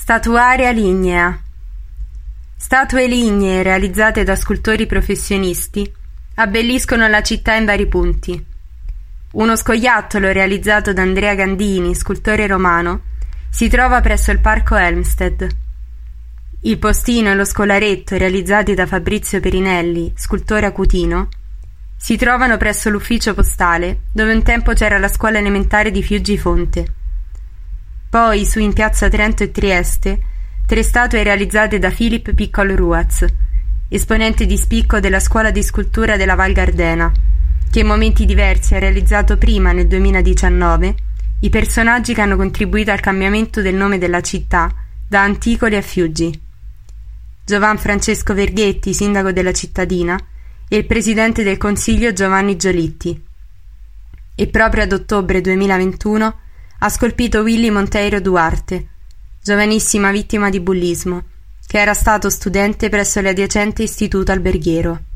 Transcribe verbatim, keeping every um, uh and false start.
Statuaria lignea. Statue lignee realizzate da scultori professionisti abbelliscono la città in vari punti. Uno scoiattolo realizzato da Andrea Gandini, scultore romano, si trova presso il parco Elmsted. Il postino e lo scolaretto, realizzati da Fabrizio Perinelli, scultore acutino, si trovano presso l'ufficio postale, dove un tempo c'era la scuola elementare di Fiuggi Fonte. Poi, su in piazza Trento e Trieste, tre statue realizzate da Philipp Piccol-Ruaz, esponente di spicco della scuola di scultura della Val Gardena, che in momenti diversi ha realizzato prima, nel duemiladiciannove, i personaggi che hanno contribuito al cambiamento del nome della città da Anticoli a Fiuggi. Giovan Francesco Verghetti, sindaco della cittadina, e il presidente del Consiglio Giovanni Giolitti. E proprio ad ottobre duemilaventuno ha scolpito Willy Monteiro Duarte, giovanissima vittima di bullismo, che era stato studente presso l'adiacente Istituto Alberghiero.